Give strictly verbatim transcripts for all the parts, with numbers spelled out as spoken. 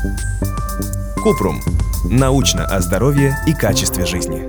Купрум. Научно о здоровье и качестве жизни.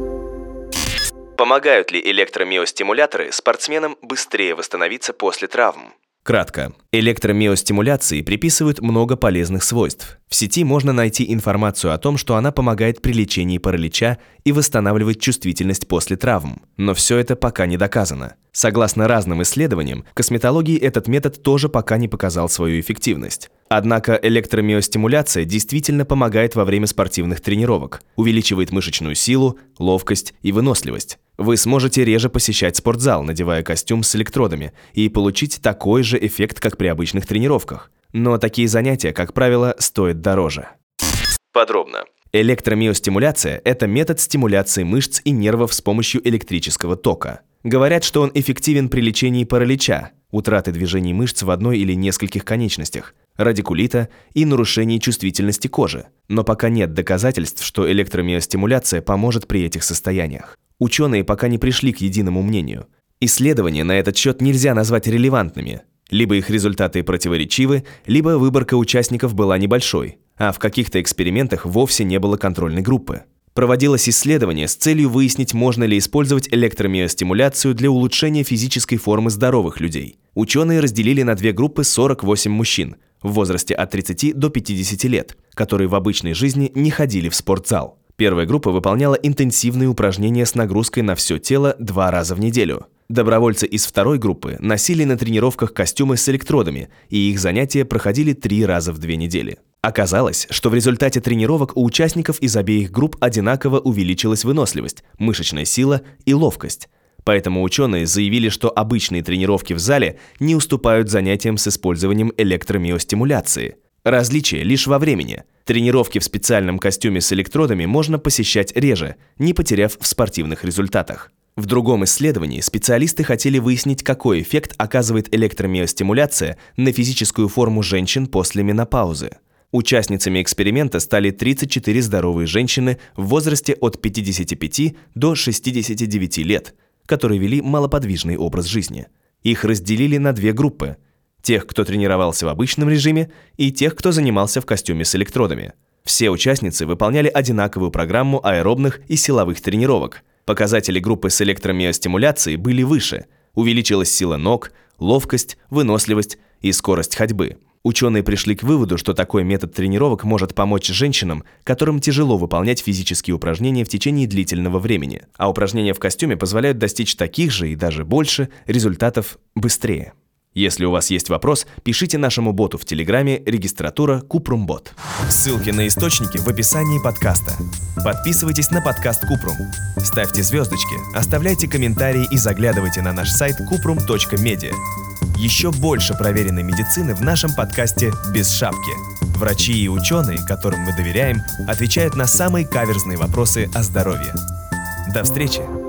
Помогают ли электромиостимуляторы спортсменам быстрее восстановиться после травм? Кратко. Электромиостимуляции приписывают много полезных свойств. В сети можно найти информацию о том, что она помогает при лечении паралича и восстанавливает чувствительность после травм. Но все это пока не доказано. Согласно разным исследованиям, в косметологии этот метод тоже пока не показал свою эффективность. Однако электромиостимуляция действительно помогает во время спортивных тренировок, увеличивает мышечную силу, ловкость и выносливость. Вы сможете реже посещать спортзал, надевая костюм с электродами, и получить такой же эффект, как при обычных тренировках. Но такие занятия, как правило, стоят дороже. Подробно. Электромиостимуляция – это метод стимуляции мышц и нервов с помощью электрического тока. Говорят, что он эффективен при лечении паралича, утраты движений мышц в одной или нескольких конечностях, радикулита и нарушении чувствительности кожи. Но пока нет доказательств, что электромиостимуляция поможет при этих состояниях. Ученые пока не пришли к единому мнению. Исследования на этот счет нельзя назвать релевантными. Либо их результаты противоречивы, либо выборка участников была небольшой, а в каких-то экспериментах вовсе не было контрольной группы. Проводилось исследование с целью выяснить, можно ли использовать электромиостимуляцию для улучшения физической формы здоровых людей. Ученые разделили на две группы сорок восемь мужчин в возрасте от тридцати до пятидесяти лет, которые в обычной жизни не ходили в спортзал. Первая группа выполняла интенсивные упражнения с нагрузкой на все тело два раза в неделю. Добровольцы из второй группы носили на тренировках костюмы с электродами, и их занятия проходили три раза в две недели. Оказалось, что в результате тренировок у участников из обеих групп одинаково увеличилась выносливость, мышечная сила и ловкость. Поэтому ученые заявили, что обычные тренировки в зале не уступают занятиям с использованием электромиостимуляции. Различие лишь во времени. Тренировки в специальном костюме с электродами можно посещать реже, не потеряв в спортивных результатах. В другом исследовании специалисты хотели выяснить, какой эффект оказывает электромиостимуляция на физическую форму женщин после менопаузы. Участницами эксперимента стали тридцать четыре здоровые женщины в возрасте от пятидесяти пяти до шестидесяти девяти лет, которые вели малоподвижный образ жизни. Их разделили на две группы – тех, кто тренировался в обычном режиме, и тех, кто занимался в костюме с электродами. Все участницы выполняли одинаковую программу аэробных и силовых тренировок. Показатели группы с электромиостимуляцией были выше. Увеличилась сила ног, ловкость, выносливость и скорость ходьбы. Ученые пришли к выводу, что такой метод тренировок может помочь женщинам, которым тяжело выполнять физические упражнения в течение длительного времени, а упражнения в костюме позволяют достичь таких же и даже больше результатов быстрее. Если у вас есть вопрос, пишите нашему боту в Телеграме регистратура Купрумбот. Ссылки на источники в описании подкаста. Подписывайтесь на подкаст Купрум. Ставьте звездочки, оставляйте комментарии и заглядывайте на наш сайт купрум точка медиа. Еще больше проверенной медицины в нашем подкасте «Без шапки». Врачи и ученые, которым мы доверяем, отвечают на самые каверзные вопросы о здоровье. До встречи!